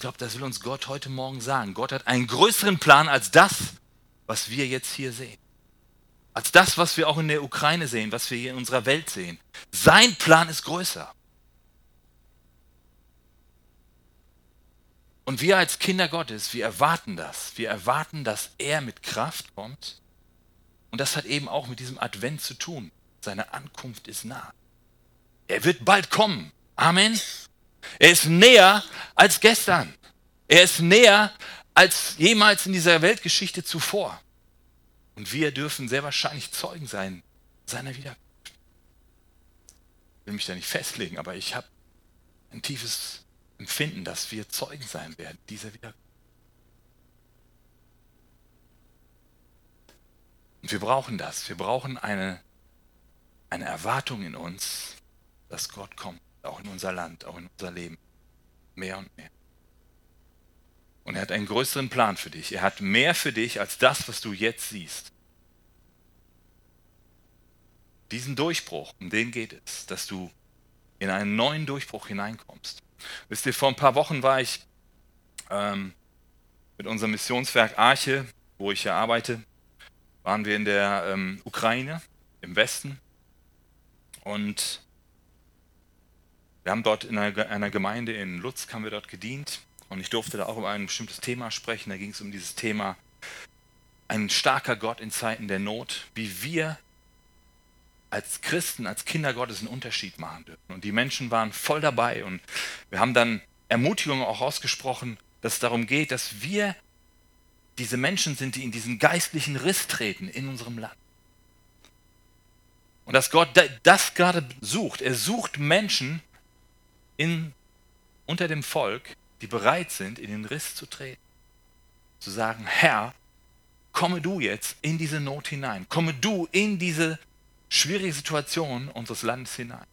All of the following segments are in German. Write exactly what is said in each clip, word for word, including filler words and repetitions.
glaube, das will uns Gott heute Morgen sagen. Gott hat einen größeren Plan als das, was wir jetzt hier sehen. Als das, was wir auch in der Ukraine sehen, was wir hier in unserer Welt sehen. Sein Plan ist größer. Und wir als Kinder Gottes, wir erwarten das. Wir erwarten, dass er mit Kraft kommt. Und das hat eben auch mit diesem Advent zu tun. Seine Ankunft ist nah. Er wird bald kommen. Amen. Er ist näher als gestern. Er ist näher als jemals in dieser Weltgeschichte zuvor. Und wir dürfen sehr wahrscheinlich Zeugen sein seiner Wiederkunft. Ich will mich da nicht festlegen, aber ich habe ein tiefes Empfinden, dass wir Zeugen sein werden dieser Wiederkunft. Und wir brauchen das. Wir brauchen eine, eine Erwartung in uns, dass Gott kommt, auch in unser Land, auch in unser Leben. Mehr und mehr. Und er hat einen größeren Plan für dich. Er hat mehr für dich als das, was du jetzt siehst. Diesen Durchbruch, um den geht es, dass du in einen neuen Durchbruch hineinkommst. Wisst ihr, vor ein paar Wochen war ich ähm, mit unserem Missionswerk Arche, wo ich ja arbeite, waren wir in der ähm, Ukraine, im Westen. Und wir haben dort in einer, einer Gemeinde in Lutsk haben wir dort gedient. Und ich durfte da auch über ein bestimmtes Thema sprechen. Da ging es um dieses Thema, ein starker Gott in Zeiten der Not, wie wir als Christen, als Kinder Gottes einen Unterschied machen dürfen. Und die Menschen waren voll dabei. Und wir haben dann Ermutigungen auch ausgesprochen, dass es darum geht, dass wir diese Menschen sind, die in diesen geistlichen Riss treten in unserem Land. Und dass Gott das gerade sucht. Er sucht Menschen in, unter dem Volk, die bereit sind, in den Riss zu treten. Zu sagen, Herr, komme du jetzt in diese Not hinein. Komme du in diese schwierige Situation unseres Landes hinein.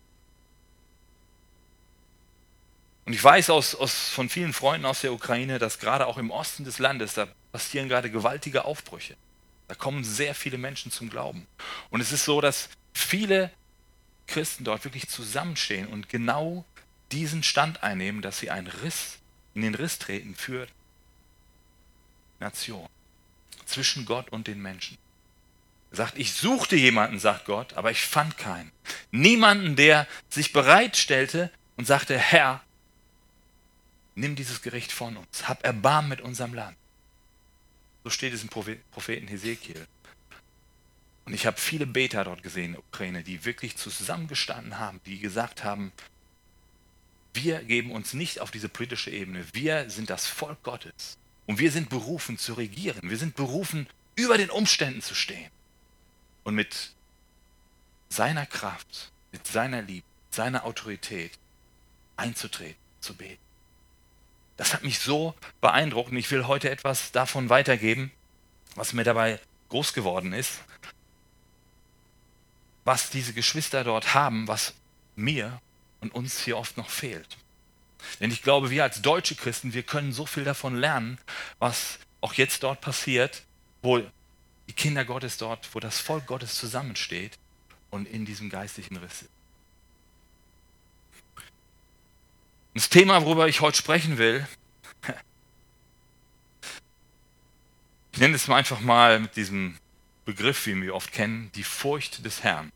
Und ich weiß aus, aus, von vielen Freunden aus der Ukraine, dass gerade auch im Osten des Landes, da passieren gerade gewaltige Aufbrüche. Da kommen sehr viele Menschen zum Glauben. Und es ist so, dass viele Christen dort wirklich zusammenstehen und genau diesen Stand einnehmen, dass sie einen Riss, in den Riss treten für Nation, zwischen Gott und den Menschen. Er sagt, ich suchte jemanden, sagt Gott, aber ich fand keinen. Niemanden, der sich bereitstellte und sagte, Herr, nimm dieses Gericht von uns, hab Erbarmen mit unserem Land. So steht es im Propheten Hesekiel. Und ich habe viele Beter dort gesehen in der Ukraine, die wirklich zusammengestanden haben, die gesagt haben, wir geben uns nicht auf diese politische Ebene, wir sind das Volk Gottes und wir sind berufen zu regieren, wir sind berufen, über den Umständen zu stehen und mit seiner Kraft, mit seiner Liebe, seiner Autorität einzutreten, zu beten. Das hat mich so beeindruckt und ich will heute etwas davon weitergeben, was mir dabei groß geworden ist, was diese Geschwister dort haben, was mir und uns hier oft noch fehlt. Denn ich glaube, wir als deutsche Christen, wir können so viel davon lernen, was auch jetzt dort passiert, wo die Kinder Gottes dort, wo das Volk Gottes zusammensteht und in diesem geistlichen Riss ist. Das Thema, worüber ich heute sprechen will, ich nenne es mal einfach mal mit diesem Begriff, wie wir oft kennen, die Furcht des Herrn.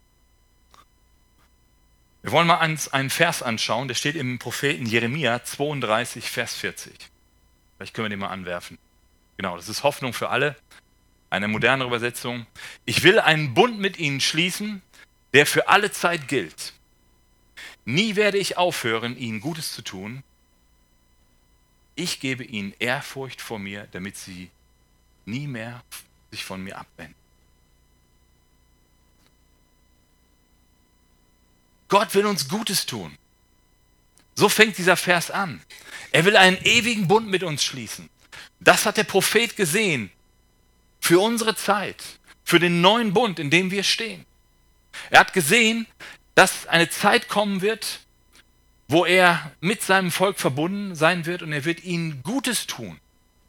Wir wollen mal einen Vers anschauen, der steht im Propheten Jeremia zweiunddreißig, Vers vierzig. Vielleicht können wir den mal anwerfen. Genau, das ist Hoffnung für alle, eine moderne Übersetzung. Ich will einen Bund mit ihnen schließen, der für alle Zeit gilt. Nie werde ich aufhören, ihnen Gutes zu tun. Ich gebe ihnen Ehrfurcht vor mir, damit sie nie mehr sich von mir abwenden. Gott will uns Gutes tun. So fängt dieser Vers an. Er will einen ewigen Bund mit uns schließen. Das hat der Prophet gesehen für unsere Zeit, für den neuen Bund, in dem wir stehen. Er hat gesehen, dass eine Zeit kommen wird, wo er mit seinem Volk verbunden sein wird und er wird ihnen Gutes tun.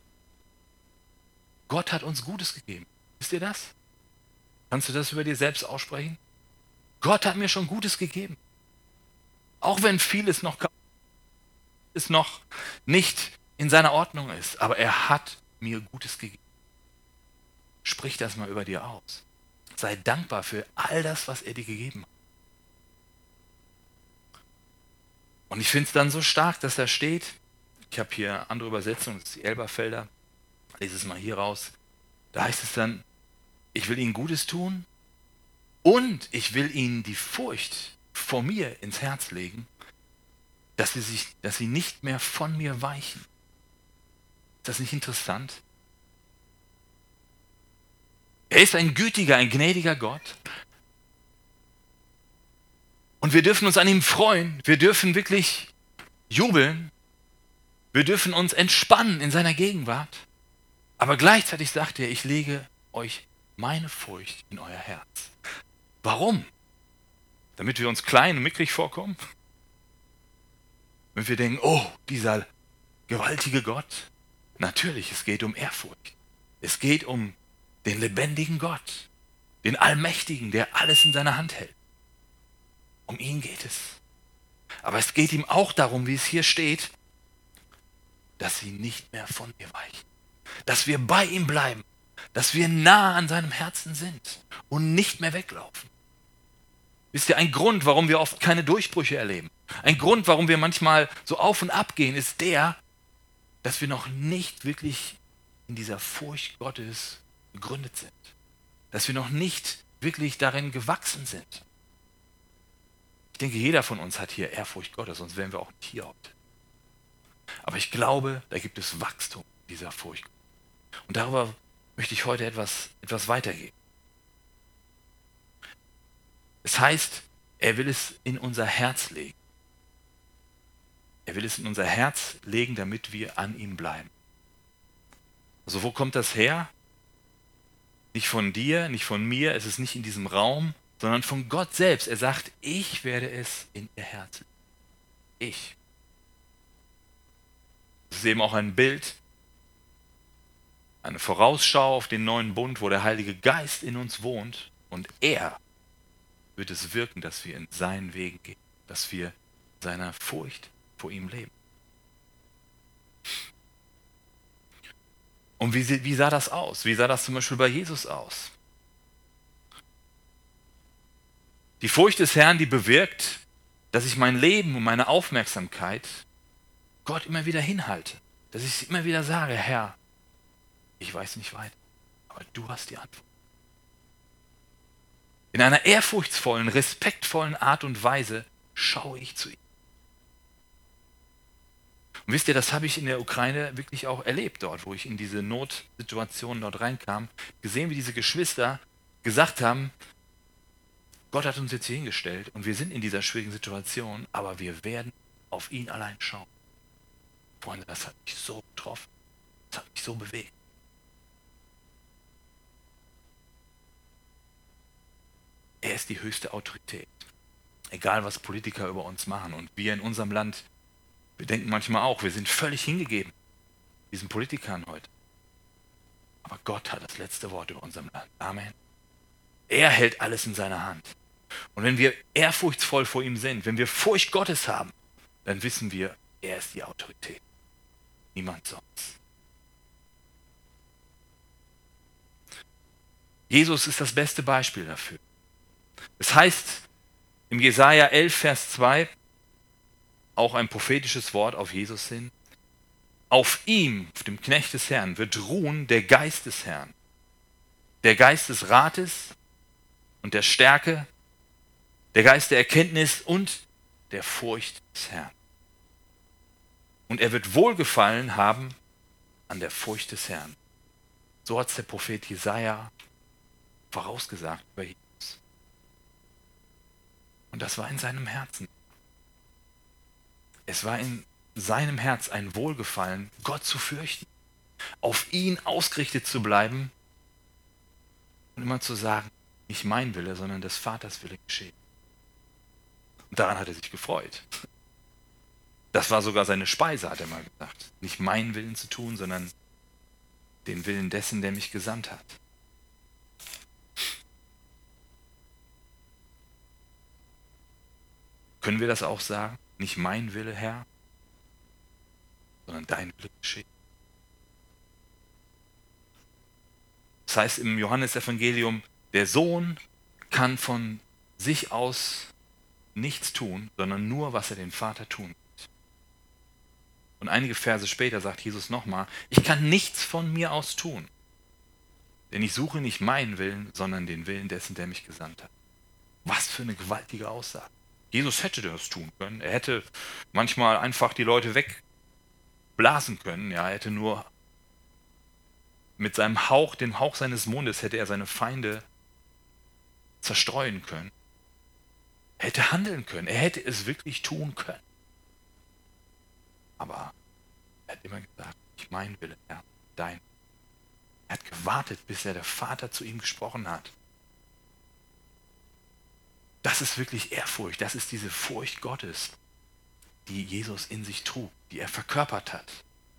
Gott hat uns Gutes gegeben. Wisst ihr das? Kannst du das über dir selbst aussprechen? Gott hat mir schon Gutes gegeben. Auch wenn vieles noch es noch nicht in seiner Ordnung ist, aber er hat mir Gutes gegeben. Sprich das mal über dir aus. Sei dankbar für all das, was er dir gegeben hat. Und ich finde es dann so stark, dass da steht, ich habe hier andere Übersetzungen, das ist die Elberfelder, lese es mal hier raus, da heißt es dann, ich will ihnen Gutes tun und ich will ihnen die Furcht vor mir ins Herz legen, dass sie, sich, dass sie nicht mehr von mir weichen. Ist das nicht interessant? Er ist ein gütiger, ein gnädiger Gott. Und wir dürfen uns an ihm freuen. Wir dürfen wirklich jubeln. Wir dürfen uns entspannen in seiner Gegenwart. Aber gleichzeitig sagt er, ich lege euch meine Furcht in euer Herz. Warum? Damit wir uns klein und mickrig vorkommen? Wenn wir denken, oh, dieser gewaltige Gott. Natürlich, es geht um Ehrfurcht. Es geht um den lebendigen Gott, den Allmächtigen, der alles in seiner Hand hält. Um ihn geht es. Aber es geht ihm auch darum, wie es hier steht, dass sie nicht mehr von mir weichen. Dass wir bei ihm bleiben. Dass wir nah an seinem Herzen sind und nicht mehr weglaufen. Wisst ihr, ein Grund, warum wir oft keine Durchbrüche erleben, ein Grund, warum wir manchmal so auf und ab gehen, ist der, dass wir noch nicht wirklich in dieser Furcht Gottes gegründet sind. Dass wir noch nicht wirklich darin gewachsen sind. Ich denke, jeder von uns hat hier Ehrfurcht Gottes, sonst wären wir auch nicht hier heute. Aber ich glaube, da gibt es Wachstum dieser Furcht. Und darüber möchte ich heute etwas, etwas weitergeben. Es heißt, er will es in unser Herz legen. Er will es in unser Herz legen, damit wir an ihm bleiben. Also wo kommt das her? Nicht von dir, nicht von mir, es ist nicht in diesem Raum, sondern von Gott selbst. Er sagt, ich werde es in ihr Herz legen. Ich. Das ist eben auch ein Bild, eine Vorausschau auf den neuen Bund, wo der Heilige Geist in uns wohnt und er wird es wirken, dass wir in seinen Wegen gehen, dass wir seiner Furcht vor ihm leben. Und wie, wie sah das aus? Wie sah das zum Beispiel bei Jesus aus? Die Furcht des Herrn, die bewirkt, dass ich mein Leben und meine Aufmerksamkeit Gott immer wieder hinhalte. Dass ich immer wieder sage, Herr, ich weiß nicht weiter, aber du hast die Antwort. In einer ehrfurchtsvollen, respektvollen Art und Weise schaue ich zu ihm. Und wisst ihr, das habe ich in der Ukraine wirklich auch erlebt dort, wo ich in diese Notsituation dort reinkam, gesehen, wie diese Geschwister gesagt haben, Gott hat uns jetzt hier hingestellt und wir sind in dieser schwierigen Situation, aber wir werden auf ihn allein schauen. Freunde, das hat mich so getroffen, das hat mich so bewegt. Er ist die höchste Autorität. Egal, was Politiker über uns machen. Und wir in unserem Land, wir denken manchmal auch, wir sind völlig hingegeben diesen Politikern heute. Aber Gott hat das letzte Wort über unserem Land. Amen. Er hält alles in seiner Hand. Und wenn wir ehrfurchtsvoll vor ihm sind, wenn wir Furcht Gottes haben, dann wissen wir, er ist die Autorität. Niemand sonst. Jesus ist das beste Beispiel dafür. Es heißt im Jesaja elf, Vers zwei, auch ein prophetisches Wort auf Jesus hin, auf ihm, auf dem Knecht des Herrn, wird ruhen der Geist des Herrn, der Geist des Rates und der Stärke, der Geist der Erkenntnis und der Furcht des Herrn. Und er wird Wohlgefallen haben an der Furcht des Herrn. So hat es der Prophet Jesaja vorausgesagt über Jesus. Und das war in seinem Herzen. Es war in seinem Herz ein Wohlgefallen, Gott zu fürchten, auf ihn ausgerichtet zu bleiben und immer zu sagen, nicht mein Wille, sondern des Vaters Wille geschehe. Und daran hat er sich gefreut. Das war sogar seine Speise, hat er mal gesagt. Nicht meinen Willen zu tun, sondern den Willen dessen, der mich gesandt hat. Können wir das auch sagen? Nicht mein Wille, Herr, sondern dein Wille geschehe. Das heißt im Johannesevangelium, der Sohn kann von sich aus nichts tun, sondern nur, was er den Vater tun wird. Und einige Verse später sagt Jesus nochmal, ich kann nichts von mir aus tun, denn ich suche nicht meinen Willen, sondern den Willen dessen, der mich gesandt hat. Was für eine gewaltige Aussage. Jesus hätte das tun können. Er hätte manchmal einfach die Leute wegblasen können. Ja, er hätte nur mit seinem Hauch, dem Hauch seines Mundes, hätte er seine Feinde zerstreuen können. Er hätte handeln können. Er hätte es wirklich tun können. Aber er hat immer gesagt, nicht mein Wille, Herr, dein. Er hat gewartet, bis er der Vater zu ihm gesprochen hat. Das ist wirklich Ehrfurcht. Das ist diese Furcht Gottes, die Jesus in sich trug, die er verkörpert hat.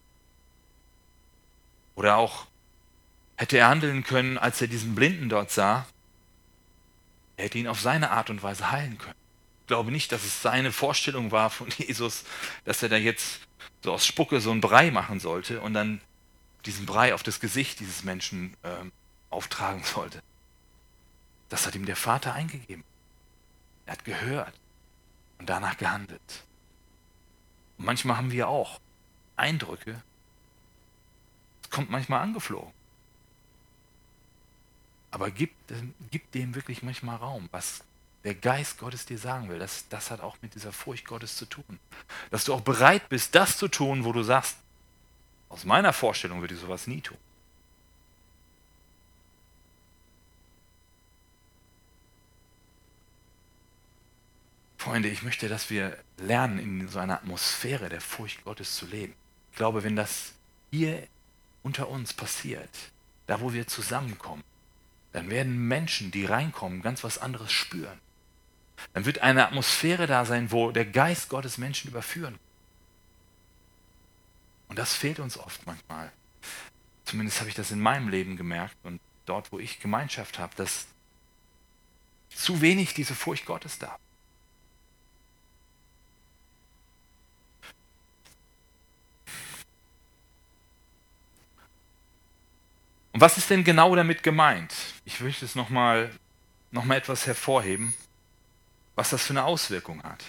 Oder auch hätte er handeln können, als er diesen Blinden dort sah. Er hätte ihn auf seine Art und Weise heilen können. Ich glaube nicht, dass es seine Vorstellung war von Jesus, dass er da jetzt so aus Spucke so einen Brei machen sollte und dann diesen Brei auf das Gesicht dieses Menschen ähm, auftragen sollte. Das hat ihm der Vater eingegeben. Er hat gehört und danach gehandelt. Und manchmal haben wir auch Eindrücke. Es kommt manchmal angeflogen. Aber gib, gib dem wirklich manchmal Raum, was der Geist Gottes dir sagen will. Das, das hat auch mit dieser Furcht Gottes zu tun. Dass du auch bereit bist, das zu tun, wo du sagst, aus meiner Vorstellung würde ich sowas nie tun. Freunde, ich möchte, dass wir lernen, in so einer Atmosphäre der Furcht Gottes zu leben. Ich glaube, wenn das hier unter uns passiert, da wo wir zusammenkommen, dann werden Menschen, die reinkommen, ganz was anderes spüren. Dann wird eine Atmosphäre da sein, wo der Geist Gottes Menschen überführen. Und das fehlt uns oft manchmal. Zumindest habe ich das in meinem Leben gemerkt und dort, wo ich Gemeinschaft habe, dass zu wenig diese Furcht Gottes da. Und was ist denn genau damit gemeint? Ich möchte es nochmal noch mal etwas hervorheben, was das für eine Auswirkung hat.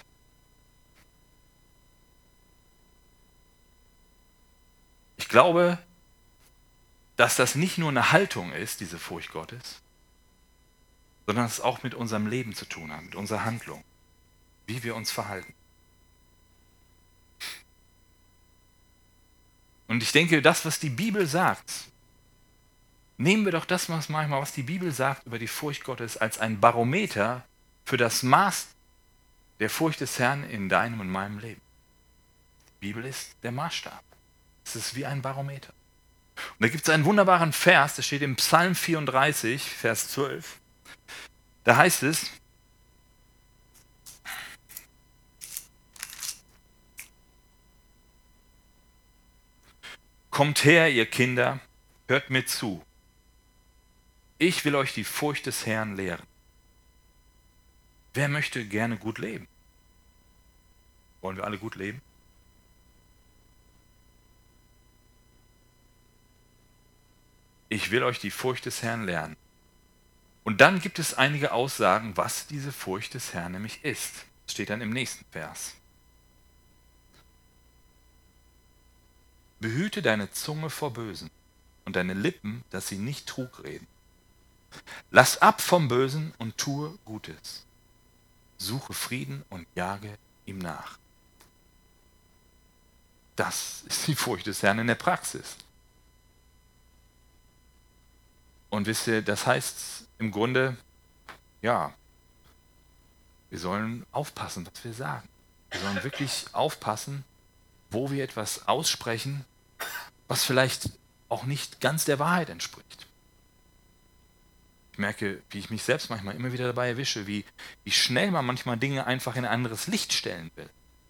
Ich glaube, dass das nicht nur eine Haltung ist, diese Furcht Gottes, sondern es auch mit unserem Leben zu tun hat, mit unserer Handlung, wie wir uns verhalten. Und ich denke, das, was die Bibel sagt, nehmen wir doch das, was manchmal, was die Bibel sagt über die Furcht Gottes, als ein Barometer für das Maß der Furcht des Herrn in deinem und meinem Leben. Die Bibel ist der Maßstab. Es ist wie ein Barometer. Und da gibt es einen wunderbaren Vers, der steht im Psalm vierunddreißig, Vers zwölf. Da heißt es, kommt her, ihr Kinder, hört mir zu. Ich will euch die Furcht des Herrn lehren. Wer möchte gerne gut leben? Wollen wir alle gut leben? Ich will euch die Furcht des Herrn lernen. Und dann gibt es einige Aussagen, was diese Furcht des Herrn nämlich ist. Das steht dann im nächsten Vers. Behüte deine Zunge vor Bösen und deine Lippen, dass sie nicht Trug reden. Lass ab vom Bösen und tue Gutes. Suche Frieden und jage ihm nach. Das ist die Furcht des Herrn in der Praxis. Und wisst ihr, das heißt im Grunde, ja, wir sollen aufpassen, was wir sagen. Wir sollen wirklich aufpassen, wo wir etwas aussprechen, was vielleicht auch nicht ganz der Wahrheit entspricht. Ich merke, wie ich mich selbst manchmal immer wieder dabei erwische, wie, wie schnell man manchmal Dinge einfach in ein anderes Licht stellen will.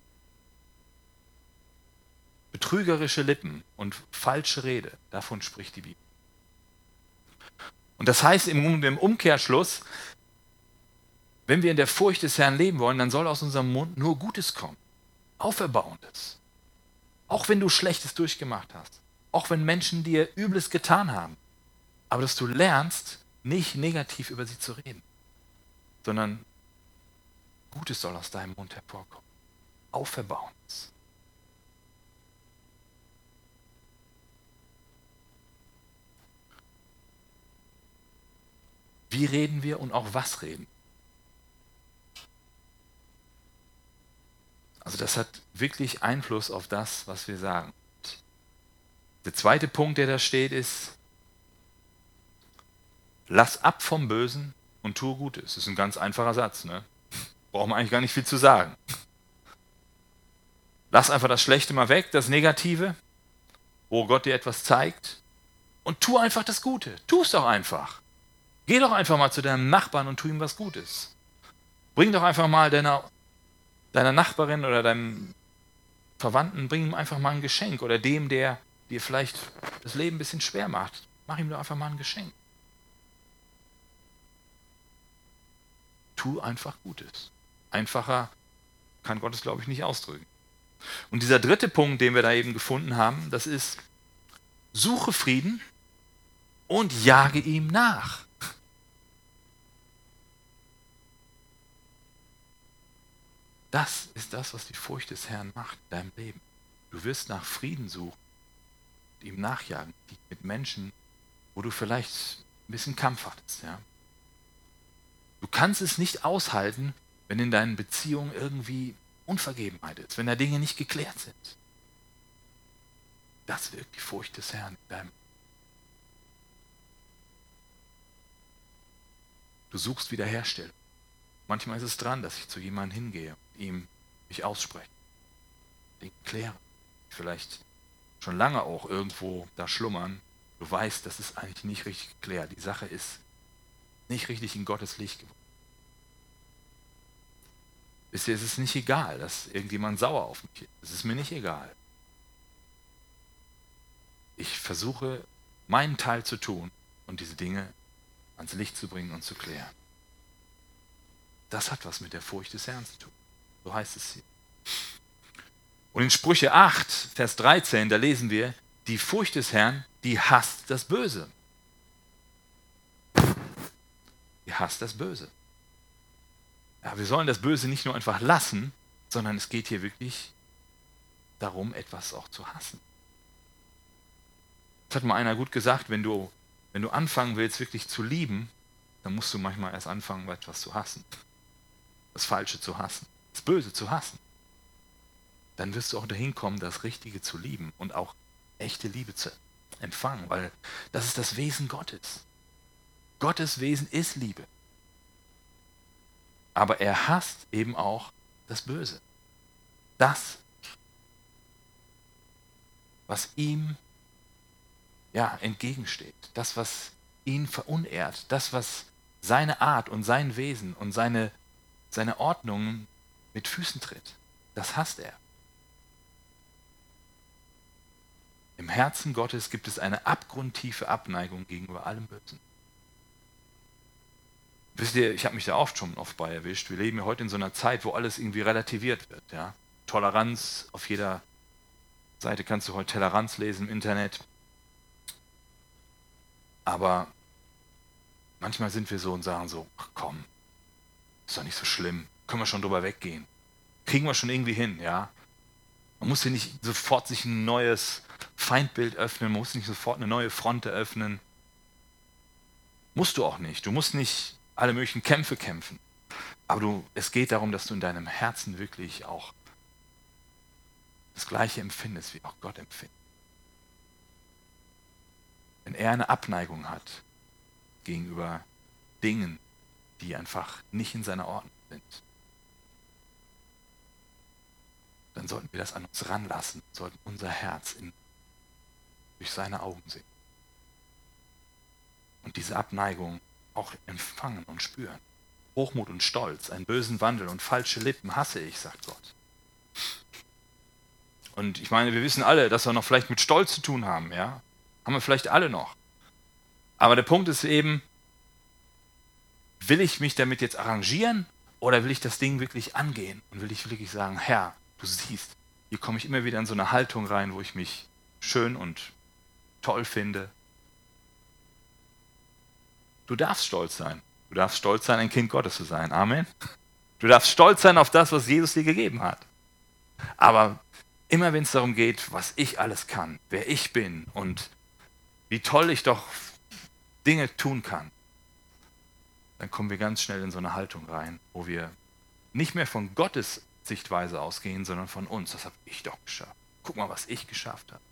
Betrügerische Lippen und falsche Rede, davon spricht die Bibel. Und das heißt im, im Umkehrschluss, wenn wir in der Furcht des Herrn leben wollen, dann soll aus unserem Mund nur Gutes kommen, Auferbauendes. Auch wenn du Schlechtes durchgemacht hast. Auch wenn Menschen dir Übles getan haben. Aber dass du lernst, nicht negativ über sie zu reden, sondern Gutes soll aus deinem Mund hervorkommen. Auferbauendes. Wie reden wir und auch was reden? Also das hat wirklich Einfluss auf das, was wir sagen. Der zweite Punkt, der da steht, ist, lass ab vom Bösen und tue Gutes. Das ist ein ganz einfacher Satz, ne? Braucht man eigentlich gar nicht viel zu sagen. Lass einfach das Schlechte mal weg, das Negative, wo Gott dir etwas zeigt, und tu einfach das Gute. Tu es doch einfach. Geh doch einfach mal zu deinem Nachbarn und tu ihm was Gutes. Bring doch einfach mal deiner, deiner Nachbarin oder deinem Verwandten, bring ihm einfach mal ein Geschenk. Oder dem, der dir vielleicht das Leben ein bisschen schwer macht, mach ihm doch einfach mal ein Geschenk. Tu einfach Gutes. Einfacher kann Gott es, glaube ich, nicht ausdrücken. Und dieser dritte Punkt, den wir da eben gefunden haben, das ist, suche Frieden und jage ihm nach. Das ist das, was die Furcht des Herrn macht in deinem Leben. Du wirst nach Frieden suchen und ihm nachjagen, mit Menschen, wo du vielleicht ein bisschen Kampf hattest. Ja? Du kannst es nicht aushalten, wenn in deinen Beziehungen irgendwie Unvergebenheit ist, wenn da Dinge nicht geklärt sind. Das wirkt die Furcht des Herrn in deinem Leben. Du suchst Wiederherstellung. Manchmal ist es dran, dass ich zu jemandem hingehe und ihm mich ausspreche, Dinge kläre, die vielleicht schon lange auch irgendwo da schlummern. Du weißt, das ist eigentlich nicht richtig geklärt. Die Sache ist nicht richtig in Gottes Licht geworden. Wisst ihr, es ist nicht egal, dass irgendjemand sauer auf mich ist. Es ist mir nicht egal. Ich versuche, meinen Teil zu tun und diese Dinge ans Licht zu bringen und zu klären. Das hat was mit der Furcht des Herrn zu tun. So heißt es hier. Und in Sprüche acht, Vers dreizehn, da lesen wir, die Furcht des Herrn, die hasst das Böse. Die hasst das Böse. Ja, wir sollen das Böse nicht nur einfach lassen, sondern es geht hier wirklich darum, etwas auch zu hassen. Das hat mal einer gut gesagt, wenn du, wenn du anfangen willst, wirklich zu lieben, dann musst du manchmal erst anfangen, etwas zu hassen. Das Falsche zu hassen, das Böse zu hassen. Dann wirst du auch dahin kommen, das Richtige zu lieben und auch echte Liebe zu empfangen, weil das ist das Wesen Gottes. Gottes Wesen ist Liebe. Aber er hasst eben auch das Böse. Das, was ihm ja, entgegensteht. Das, was ihn verunehrt. Das, was seine Art und sein Wesen und seine, seine Ordnungen mit Füßen tritt. Das hasst er. Im Herzen Gottes gibt es eine abgrundtiefe Abneigung gegenüber allem Bösen. Wisst ihr, ich habe mich da oft schon oft bei erwischt. Wir leben ja heute in so einer Zeit, wo alles irgendwie relativiert wird. Ja? Toleranz, auf jeder Seite kannst du heute Toleranz lesen im Internet. Aber manchmal sind wir so und sagen so, ach komm, ist doch nicht so schlimm, können wir schon drüber weggehen. Kriegen wir schon irgendwie hin, ja. Man muss hier nicht sofort sich ein neues Feindbild öffnen, man muss nicht sofort eine neue Front eröffnen. Musst du auch nicht. Du musst nicht alle möglichen Kämpfe kämpfen. Aber du, es geht darum, dass du in deinem Herzen wirklich auch das Gleiche empfindest, wie auch Gott empfindet. Wenn er eine Abneigung hat gegenüber Dingen, die einfach nicht in seiner Ordnung sind, dann sollten wir das an uns ranlassen, sollten unser Herz in, durch seine Augen sehen. Und diese Abneigung auch empfangen und spüren. Hochmut und Stolz, einen bösen Wandel und falsche Lippen hasse ich, sagt Gott. Und ich meine, wir wissen alle, dass wir noch vielleicht mit Stolz zu tun haben, ja? Haben wir vielleicht alle noch. Aber der Punkt ist eben, will ich mich damit jetzt arrangieren oder will ich das Ding wirklich angehen und will ich wirklich sagen, Herr, du siehst, hier komme ich immer wieder in so eine Haltung rein, wo ich mich schön und toll finde. Du darfst stolz sein. Du darfst stolz sein, ein Kind Gottes zu sein. Amen. Du darfst stolz sein auf das, was Jesus dir gegeben hat. Aber immer wenn es darum geht, was ich alles kann, wer ich bin und wie toll ich doch Dinge tun kann, dann kommen wir ganz schnell in so eine Haltung rein, wo wir nicht mehr von Gottes Sichtweise ausgehen, sondern von uns. Das habe ich doch geschafft. Guck mal, was ich geschafft habe.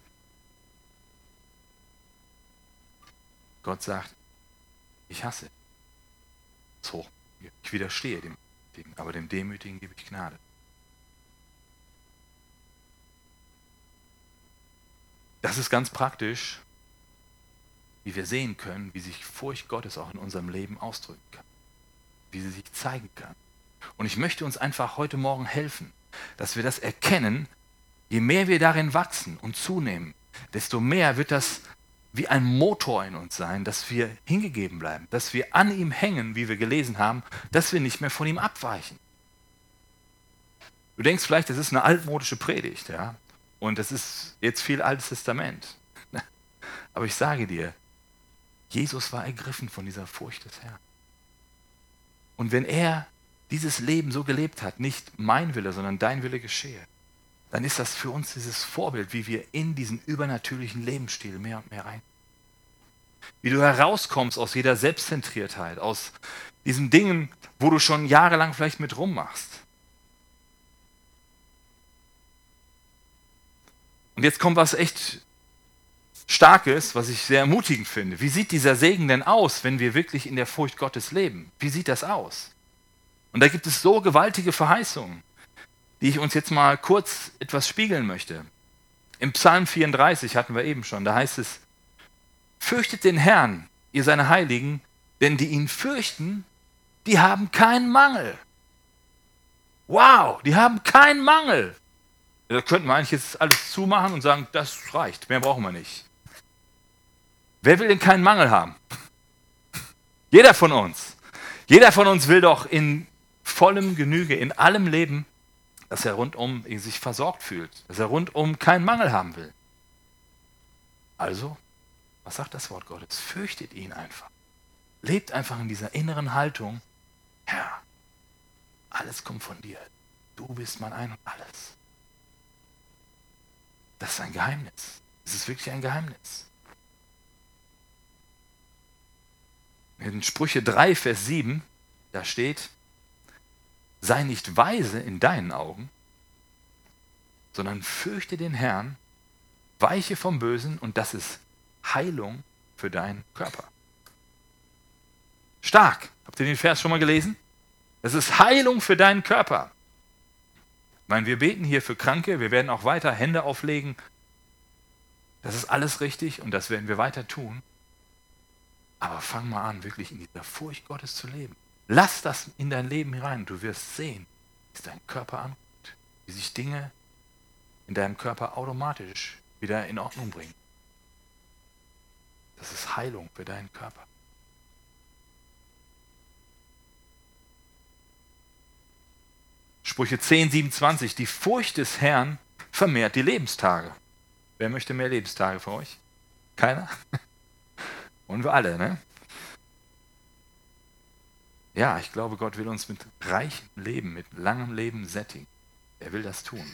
Gott sagt, ich hasse das Hochmütige. Ich widerstehe dem Demütigen, aber dem Demütigen gebe ich Gnade. Das ist ganz praktisch, wie wir sehen können, wie sich Furcht Gottes auch in unserem Leben ausdrücken kann, wie sie sich zeigen kann. Und ich möchte uns einfach heute Morgen helfen, dass wir das erkennen, je mehr wir darin wachsen und zunehmen, desto mehr wird das wie ein Motor in uns sein, dass wir hingegeben bleiben, dass wir an ihm hängen, wie wir gelesen haben, dass wir nicht mehr von ihm abweichen. Du denkst vielleicht, das ist eine altmodische Predigt, ja, und das ist jetzt viel Altes Testament. Aber ich sage dir, Jesus war ergriffen von dieser Furcht des Herrn. Und wenn er dieses Leben so gelebt hat, nicht mein Wille, sondern dein Wille geschehe, dann ist das für uns dieses Vorbild, wie wir in diesen übernatürlichen Lebensstil mehr und mehr rein. Wie du herauskommst aus jeder Selbstzentriertheit, aus diesen Dingen, wo du schon jahrelang vielleicht mit rummachst. Und jetzt kommt was echt Starkes, was ich sehr ermutigend finde. Wie sieht dieser Segen denn aus, wenn wir wirklich in der Furcht Gottes leben? Wie sieht das aus? Und da gibt es so gewaltige Verheißungen, die ich uns jetzt mal kurz etwas spiegeln möchte. Im Psalm vierunddreißig hatten wir eben schon, da heißt es, fürchtet den Herrn, ihr seine Heiligen, denn die ihn fürchten, die haben keinen Mangel. Wow, die haben keinen Mangel. Da könnten wir eigentlich jetzt alles zumachen und sagen, das reicht, mehr brauchen wir nicht. Wer will denn keinen Mangel haben? Jeder von uns. Jeder von uns will doch in vollem Genüge, in allem leben, dass er rundum sich versorgt fühlt, dass er rundum keinen Mangel haben will. Also, was sagt das Wort Gottes? Fürchtet ihn einfach. Lebt einfach in dieser inneren Haltung, Herr, alles kommt von dir. Du bist mein Ein und Alles. Das ist ein Geheimnis. Es ist wirklich ein Geheimnis. In Sprüche drei, Vers sieben, da steht, sei nicht weise in deinen Augen, sondern fürchte den Herrn, weiche vom Bösen und das ist Heilung für deinen Körper. Stark. Habt ihr den Vers schon mal gelesen? Das ist Heilung für deinen Körper. Ich meine, wir beten hier für Kranke, wir werden auch weiter Hände auflegen. Das ist alles richtig und das werden wir weiter tun. Aber fang mal an, wirklich in dieser Furcht Gottes zu leben. Lass das in dein Leben hinein. Du wirst sehen, wie dein Körper ankommt, wie sich Dinge in deinem Körper automatisch wieder in Ordnung bringen. Das ist Heilung für deinen Körper. Sprüche zehn, siebenundzwanzig. Die Furcht des Herrn vermehrt die Lebenstage. Wer möchte mehr Lebenstage für euch? Keiner? Und wir alle, ne? Ja, ich glaube, Gott will uns mit reichem Leben, mit langem Leben sättigen. Er will das tun.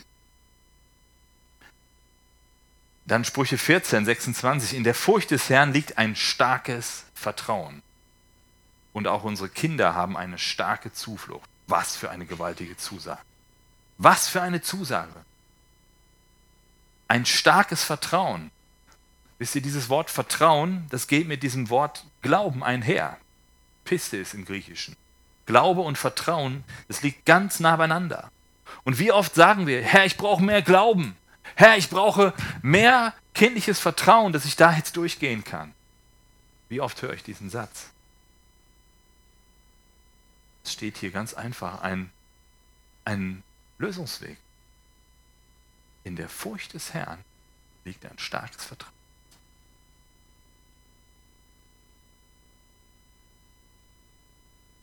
Dann Sprüche vierzehn, sechsundzwanzig. In der Furcht des Herrn liegt ein starkes Vertrauen. Und auch unsere Kinder haben eine starke Zuflucht. Was für eine gewaltige Zusage. Was für eine Zusage. Ein starkes Vertrauen. Wisst ihr, dieses Wort Vertrauen, das geht mit diesem Wort Glauben einher. Pistis im Griechischen. Glaube und Vertrauen, das liegt ganz nah beieinander. Und wie oft sagen wir, Herr, ich brauche mehr Glauben. Herr, ich brauche mehr kindliches Vertrauen, dass ich da jetzt durchgehen kann. Wie oft höre ich diesen Satz? Es steht hier ganz einfach ein, ein Lösungsweg. In der Furcht des Herrn liegt ein starkes Vertrauen.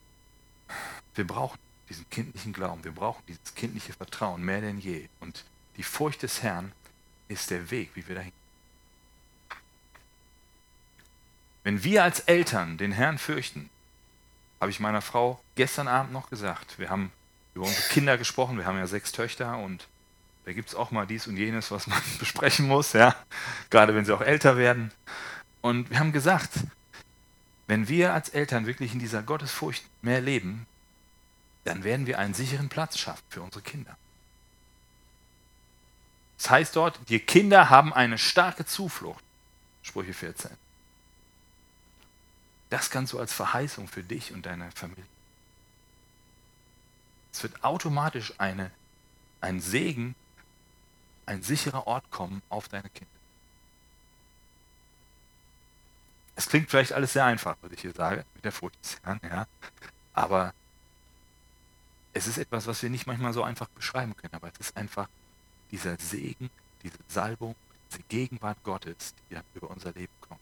Wir brauchen diesen kindlichen Glauben, wir brauchen dieses kindliche Vertrauen mehr denn je. Und Die Furcht des Herrn ist der Weg, wie wir dahin. Wenn wir als Eltern den Herrn fürchten, habe ich meiner Frau gestern Abend noch gesagt, wir haben über unsere Kinder gesprochen, wir haben ja sechs Töchter und da gibt es auch mal dies und jenes, was man besprechen muss, ja, gerade wenn sie auch älter werden. Und wir haben gesagt, wenn wir als Eltern wirklich in dieser Gottesfurcht mehr leben, dann werden wir einen sicheren Platz schaffen für unsere Kinder. Das heißt dort, die Kinder haben eine starke Zuflucht. Sprüche vierzehn. Das kannst du als Verheißung für dich und deine Familie. Es wird automatisch eine, ein Segen, ein sicherer Ort kommen auf deine Kinder. Es klingt vielleicht alles sehr einfach, was ich hier sage, mit der Furcht des Herrn, ja. Aber es ist etwas, was wir nicht manchmal so einfach beschreiben können. Aber es ist einfach dieser Segen, diese Salbung, diese Gegenwart Gottes, die über unser Leben kommt.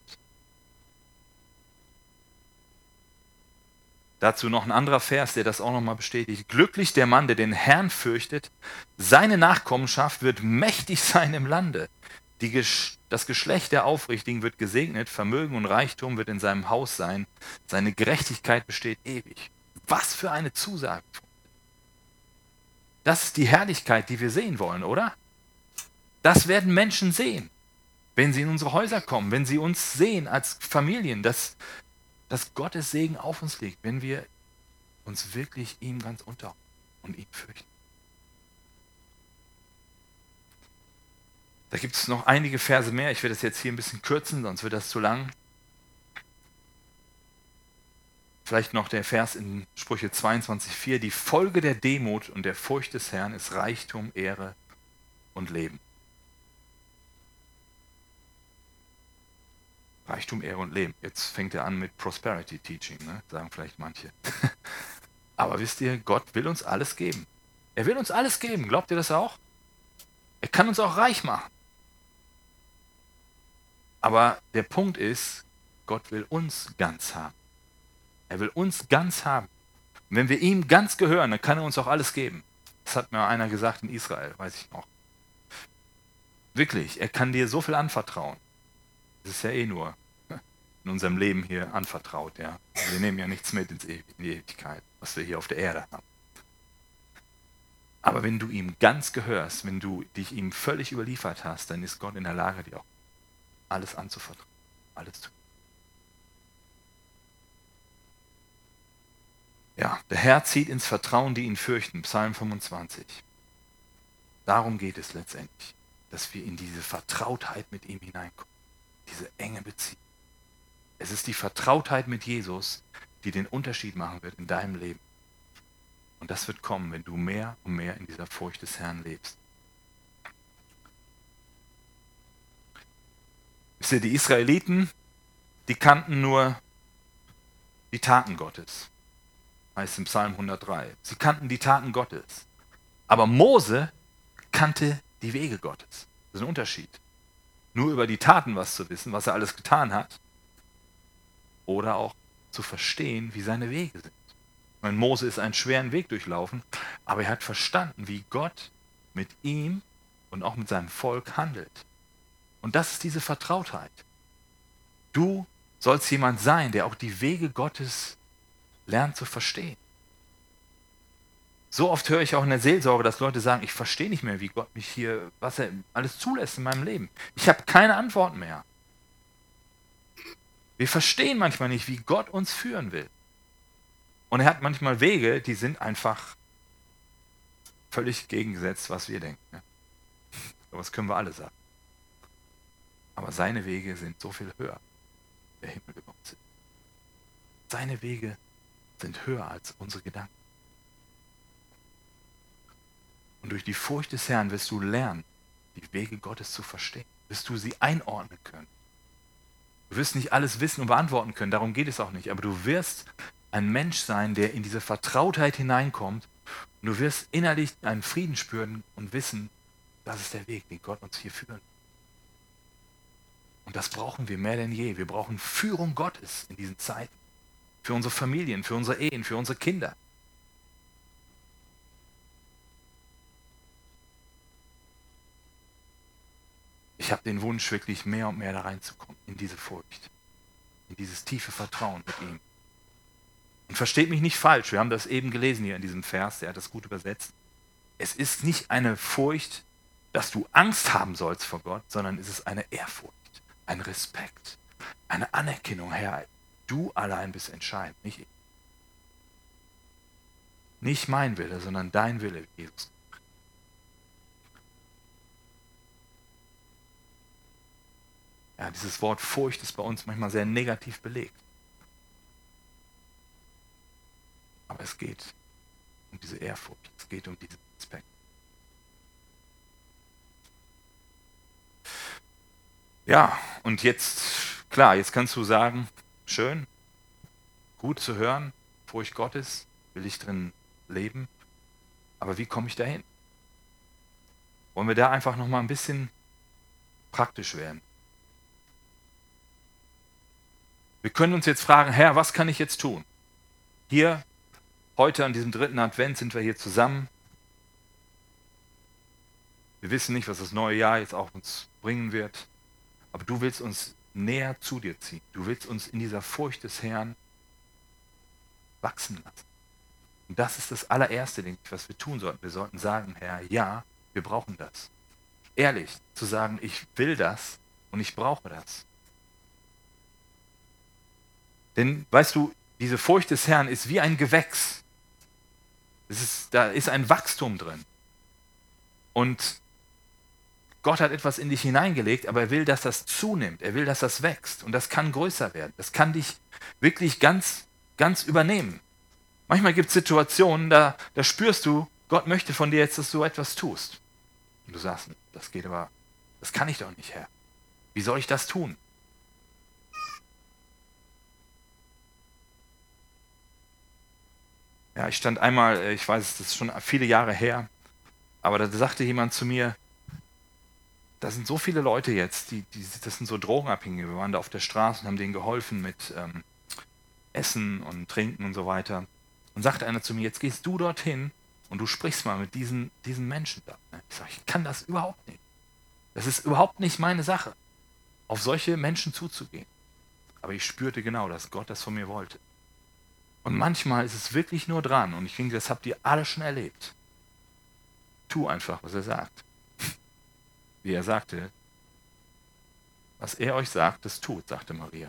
Dazu noch ein anderer Vers, der das auch nochmal bestätigt. Glücklich der Mann, der den Herrn fürchtet, seine Nachkommenschaft wird mächtig sein im Lande. Die Gesch- das Geschlecht der Aufrichtigen wird gesegnet, Vermögen und Reichtum wird in seinem Haus sein, seine Gerechtigkeit besteht ewig. Was für eine Zusage. Das ist die Herrlichkeit, die wir sehen wollen, oder? Das werden Menschen sehen, wenn sie in unsere Häuser kommen, wenn sie uns sehen als Familien, dass, dass Gottes Segen auf uns liegt, wenn wir uns wirklich ihm ganz unterordnen und ihn fürchten. Da gibt es noch einige Verse mehr. Ich werde das jetzt hier ein bisschen kürzen, sonst wird das zu lang. Vielleicht noch der Vers in Sprüche zweiundzwanzig vier. Die Folge der Demut und der Furcht des Herrn ist Reichtum, Ehre und Leben. Reichtum, Ehre und Leben. Jetzt fängt er an mit Prosperity Teaching, ne? Sagen vielleicht manche. Aber wisst ihr, Gott will uns alles geben. Er will uns alles geben. Glaubt ihr das auch? Er kann uns auch reich machen. Aber der Punkt ist, Gott will uns ganz haben. Er will uns ganz haben. Und wenn wir ihm ganz gehören, dann kann er uns auch alles geben. Das hat mir einer gesagt in Israel, weiß ich noch. Wirklich, er kann dir so viel anvertrauen. Das ist ja eh nur in unserem Leben hier anvertraut. Ja. Wir nehmen ja nichts mit in die Ewigkeit, was wir hier auf der Erde haben. Aber wenn du ihm ganz gehörst, wenn du dich ihm völlig überliefert hast, dann ist Gott in der Lage, dir auch alles anzuvertrauen, alles zu. Ja, der Herr zieht ins Vertrauen, die ihn fürchten, Psalm fünfundzwanzig. Darum geht es letztendlich, dass wir in diese Vertrautheit mit ihm hineinkommen, diese enge Beziehung. Es ist die Vertrautheit mit Jesus, die den Unterschied machen wird in deinem Leben. Und das wird kommen, wenn du mehr und mehr in dieser Furcht des Herrn lebst. Wisst ihr, die Israeliten, die kannten nur die Taten Gottes. Heißt im Psalm hundertdrei. Sie kannten die Taten Gottes. Aber Mose kannte die Wege Gottes. Das ist ein Unterschied. Nur über die Taten was zu wissen, was er alles getan hat. Oder auch zu verstehen, wie seine Wege sind. Ich meine, Mose ist einen schweren Weg durchlaufen, aber er hat verstanden, wie Gott mit ihm und auch mit seinem Volk handelt. Und das ist diese Vertrautheit. Du sollst jemand sein, der auch die Wege Gottes lernt zu verstehen. So oft höre ich auch in der Seelsorge, dass Leute sagen, ich verstehe nicht mehr, wie Gott mich hier, was er alles zulässt in meinem Leben. Ich habe keine Antworten mehr. Wir verstehen manchmal nicht, wie Gott uns führen will. Und er hat manchmal Wege, die sind einfach völlig gegengesetzt, was wir denken. Ja. Das können wir alle sagen. Aber seine Wege sind so viel höher, der Himmel über uns ist. Seine Wege sind höher als unsere Gedanken. Und durch die Furcht des Herrn wirst du lernen, die Wege Gottes zu verstehen. Wirst du sie einordnen können. Du wirst nicht alles wissen und beantworten können, darum geht es auch nicht. Aber du wirst ein Mensch sein, der in diese Vertrautheit hineinkommt. Und du wirst innerlich einen Frieden spüren und wissen, das ist der Weg, den Gott uns hier führt. Und das brauchen wir mehr denn je. Wir brauchen Führung Gottes in diesen Zeiten. Für unsere Familien, für unsere Ehen, für unsere Kinder. ich habe den Wunsch, wirklich mehr und mehr da reinzukommen, in diese Furcht, in dieses tiefe Vertrauen mit ihm. Und versteht mich nicht falsch, wir haben das eben gelesen hier in diesem Vers, der hat das gut übersetzt. Es ist nicht eine Furcht, dass du Angst haben sollst vor Gott, sondern es ist eine Ehrfurcht, ein Respekt, eine Anerkennung, Herr, du allein bist entscheidend, nicht ich. Nicht mein Wille, sondern dein Wille, Jesus. Ja, dieses Wort Furcht ist bei uns manchmal sehr negativ belegt. Aber es geht um diese Ehrfurcht, es geht um diesen Respekt. Ja, und jetzt, klar, jetzt kannst du sagen, schön, gut zu hören, Furcht Gottes, will ich drin leben, aber wie komme ich dahin? Wollen wir da einfach nochmal ein bisschen praktisch werden? Wir können uns jetzt fragen, Herr, was kann ich jetzt tun? Hier, heute an diesem dritten Advent sind wir hier zusammen. Wir wissen nicht, was das neue Jahr jetzt auch uns bringen wird, aber du willst uns näher zu dir ziehen. Du willst uns in dieser Furcht des Herrn wachsen lassen. Und das ist das allererste, denke ich, was wir tun sollten. Wir sollten sagen, Herr, ja, wir brauchen das. Ehrlich zu sagen, ich will das und ich brauche das. Denn, weißt du, diese Furcht des Herrn ist wie ein Gewächs. Es ist, da ist ein Wachstum drin. Und Gott hat etwas in dich hineingelegt, aber er will, dass das zunimmt. Er will, dass das wächst. Und das kann größer werden. Das kann dich wirklich ganz, ganz übernehmen. Manchmal gibt es Situationen, da, da spürst du, Gott möchte von dir jetzt, dass du etwas tust. Und du sagst, das geht aber, das kann ich doch nicht, Herr. Wie soll ich das tun? Ja, ich stand einmal, ich weiß, das ist schon viele Jahre her, aber da sagte jemand zu mir, da sind so viele Leute jetzt, die, die, das sind so Drogenabhängige. Wir waren da auf der Straße und haben denen geholfen mit ähm, Essen und Trinken und so weiter. Und sagte einer zu mir, jetzt gehst du dorthin und du sprichst mal mit diesen, diesen Menschen da. Ich sage, ich kann das überhaupt nicht. Das ist überhaupt nicht meine Sache, auf solche Menschen zuzugehen. Aber ich spürte genau, dass Gott das von mir wollte. Und manchmal ist es wirklich nur dran, und ich denke, das habt ihr alle schon erlebt. Tu einfach, was er sagt. Wie er sagte, was er euch sagt, das tut, sagte Maria.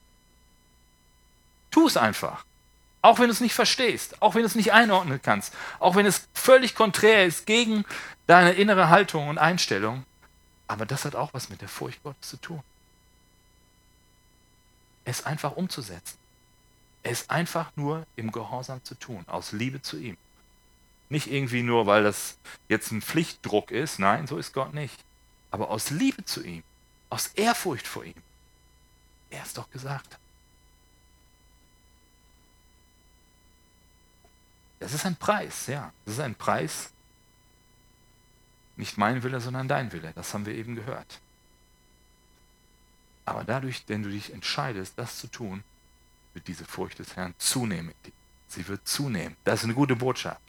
Tu es einfach. Auch wenn du es nicht verstehst, auch wenn du es nicht einordnen kannst, auch wenn es völlig konträr ist gegen deine innere Haltung und Einstellung. Aber das hat auch was mit der Furcht Gottes zu tun. Es einfach umzusetzen. Es einfach nur im Gehorsam zu tun, aus Liebe zu ihm. Nicht irgendwie nur, weil das jetzt ein Pflichtdruck ist. Nein, so ist Gott nicht. Aber aus Liebe zu ihm, aus Ehrfurcht vor ihm. Er es doch gesagt hat. Das ist ein Preis, ja. Das ist ein Preis. Nicht mein Wille, sondern dein Wille. Das haben wir eben gehört. Aber dadurch, wenn du dich entscheidest, das zu tun, wird diese Furcht des Herrn zunehmen. Sie wird zunehmen. Das ist eine gute Botschaft.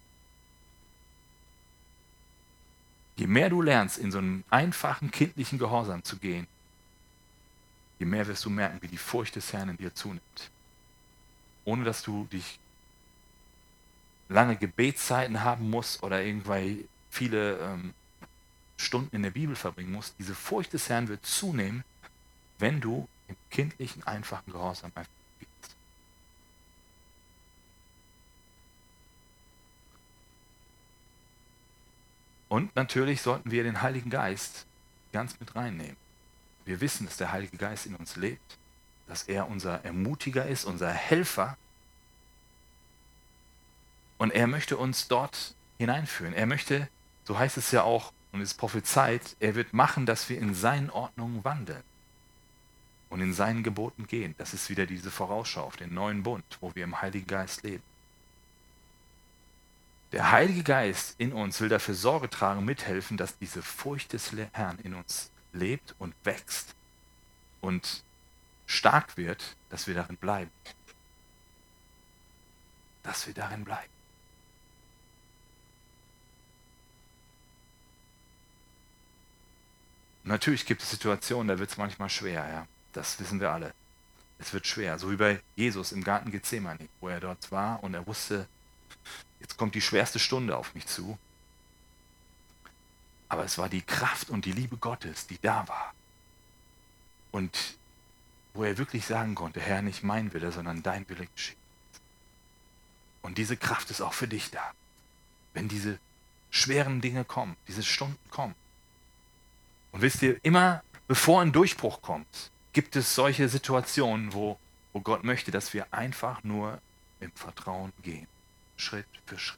Je mehr du lernst, in so einen einfachen, kindlichen Gehorsam zu gehen, je mehr wirst du merken, wie die Furcht des Herrn in dir zunimmt. Ohne dass du dich lange Gebetszeiten haben musst oder irgendwie viele ähm, Stunden in der Bibel verbringen musst. Diese Furcht des Herrn wird zunehmen, wenn du im kindlichen, einfachen Gehorsam einfach gehst. Und natürlich sollten wir den Heiligen Geist ganz mit reinnehmen. Wir wissen, dass der Heilige Geist in uns lebt, dass er unser Ermutiger ist, unser Helfer. Und er möchte uns dort hineinführen. Er möchte, so heißt es ja auch, und es ist prophezeit, er wird machen, dass wir in seinen Ordnungen wandeln und in seinen Geboten gehen. Das ist wieder diese Vorausschau auf den neuen Bund, wo wir im Heiligen Geist leben. Der Heilige Geist in uns will dafür Sorge tragen, mithelfen, dass diese Furcht des Herrn in uns lebt und wächst und stark wird, dass wir darin bleiben. Dass wir darin bleiben. Und natürlich gibt es Situationen, da wird es manchmal schwer, ja. Das wissen wir alle. Es wird schwer, so wie bei Jesus im Garten Gethsemane, wo er dort war und er wusste, jetzt kommt die schwerste Stunde auf mich zu. Aber es war die Kraft und die Liebe Gottes, die da war. Und wo er wirklich sagen konnte, Herr, nicht mein Wille, sondern dein Wille geschieht. Und diese Kraft ist auch für dich da. Wenn diese schweren Dinge kommen, diese Stunden kommen. Und wisst ihr, immer bevor ein Durchbruch kommt, gibt es solche Situationen, wo, wo Gott möchte, dass wir einfach nur im Vertrauen gehen. Schritt für Schritt.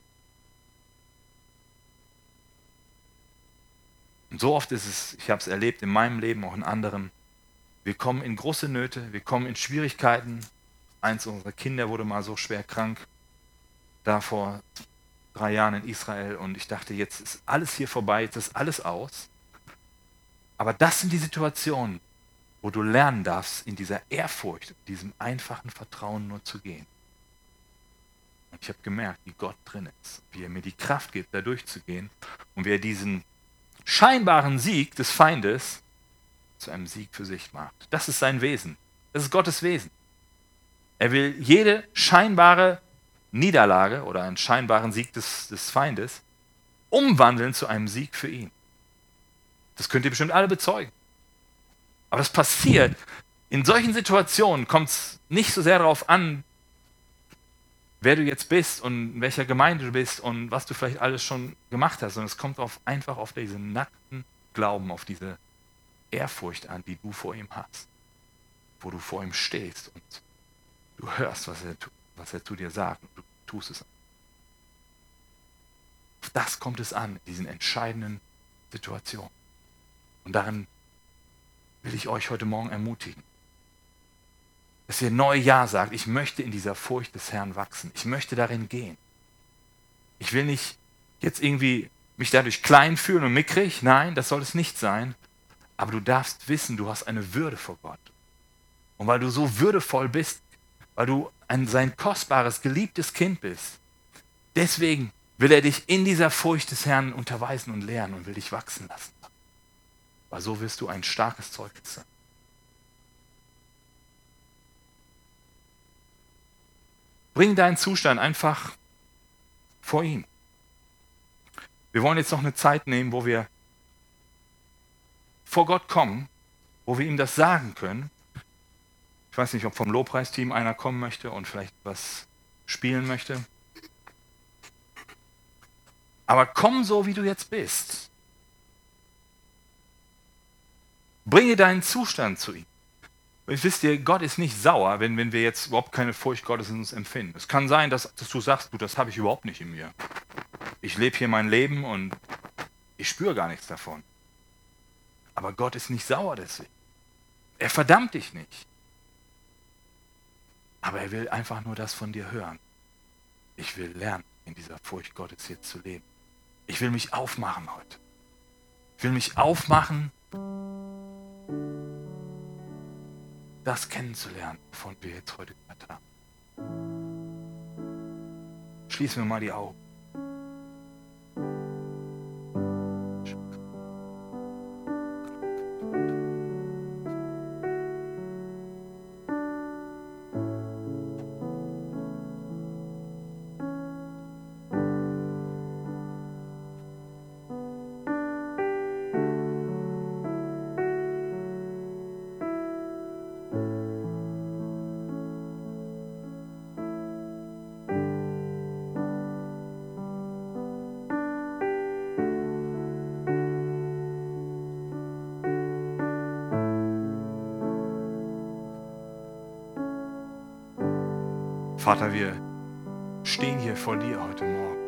Und so oft ist es, ich habe es erlebt in meinem Leben, auch in anderen, wir kommen in große Nöte, wir kommen in Schwierigkeiten. Eins unserer Kinder wurde mal so schwer krank, da vor drei Jahren in Israel. Und ich dachte, jetzt ist alles hier vorbei, jetzt ist alles aus. Aber das sind die Situationen, wo du lernen darfst, in dieser Ehrfurcht, in diesem einfachen Vertrauen nur zu gehen. Und ich habe gemerkt, wie Gott drin ist, wie er mir die Kraft gibt, da durchzugehen und wie er diesen scheinbaren Sieg des Feindes zu einem Sieg für sich macht. Das ist sein Wesen. Das ist Gottes Wesen. Er will jede scheinbare Niederlage oder einen scheinbaren Sieg des, des Feindes umwandeln zu einem Sieg für ihn. Das könnt ihr bestimmt alle bezeugen. Aber das passiert. In solchen Situationen kommt es nicht so sehr darauf an, wer du jetzt bist und in welcher Gemeinde du bist und was du vielleicht alles schon gemacht hast, sondern es kommt auf, einfach auf diesen nackten Glauben, auf diese Ehrfurcht an, die du vor ihm hast, wo du vor ihm stehst und du hörst, was er, was er zu dir sagt und du tust es. Auf das kommt es an, in diesen entscheidenden Situationen. Und darin will ich euch heute Morgen ermutigen, dass ihr neu Ja sagt, ich möchte in dieser Furcht des Herrn wachsen. Ich möchte darin gehen. Ich will nicht jetzt irgendwie mich dadurch klein fühlen und mickrig. Nein, das soll es nicht sein. Aber du darfst wissen, du hast eine Würde vor Gott. Und weil du so würdevoll bist, weil du ein sein kostbares, geliebtes Kind bist, deswegen will er dich in dieser Furcht des Herrn unterweisen und lehren und will dich wachsen lassen. Weil so wirst du ein starkes Zeugnis sein. Bring deinen Zustand einfach vor ihn. Wir wollen jetzt noch eine Zeit nehmen, wo wir vor Gott kommen, wo wir ihm das sagen können. Ich weiß nicht, ob vom Lobpreisteam einer kommen möchte und vielleicht was spielen möchte. Aber komm so, wie du jetzt bist. Bringe deinen Zustand zu ihm. Und wisst ihr, Gott ist nicht sauer, wenn, wenn wir jetzt überhaupt keine Furcht Gottes in uns empfinden. Es kann sein, dass, dass du sagst, du, das habe ich überhaupt nicht in mir. Ich lebe hier mein Leben und ich spüre gar nichts davon. Aber Gott ist nicht sauer deswegen. Er verdammt dich nicht. Aber er will einfach nur das von dir hören. Ich will lernen, in dieser Furcht Gottes jetzt zu leben. Ich will mich aufmachen heute. Ich will mich aufmachen, das kennenzulernen, wovon wir jetzt heute gehört haben. Schließen wir mal die Augen. Vater, wir stehen hier vor dir heute Morgen.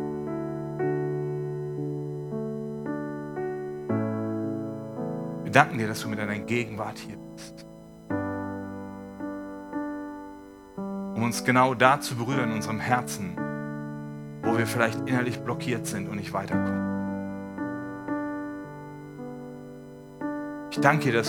Wir danken dir, dass du mit deiner Gegenwart hier bist. Um uns genau da zu berühren in unserem Herzen, wo wir vielleicht innerlich blockiert sind und nicht weiterkommen. Ich danke dir, dass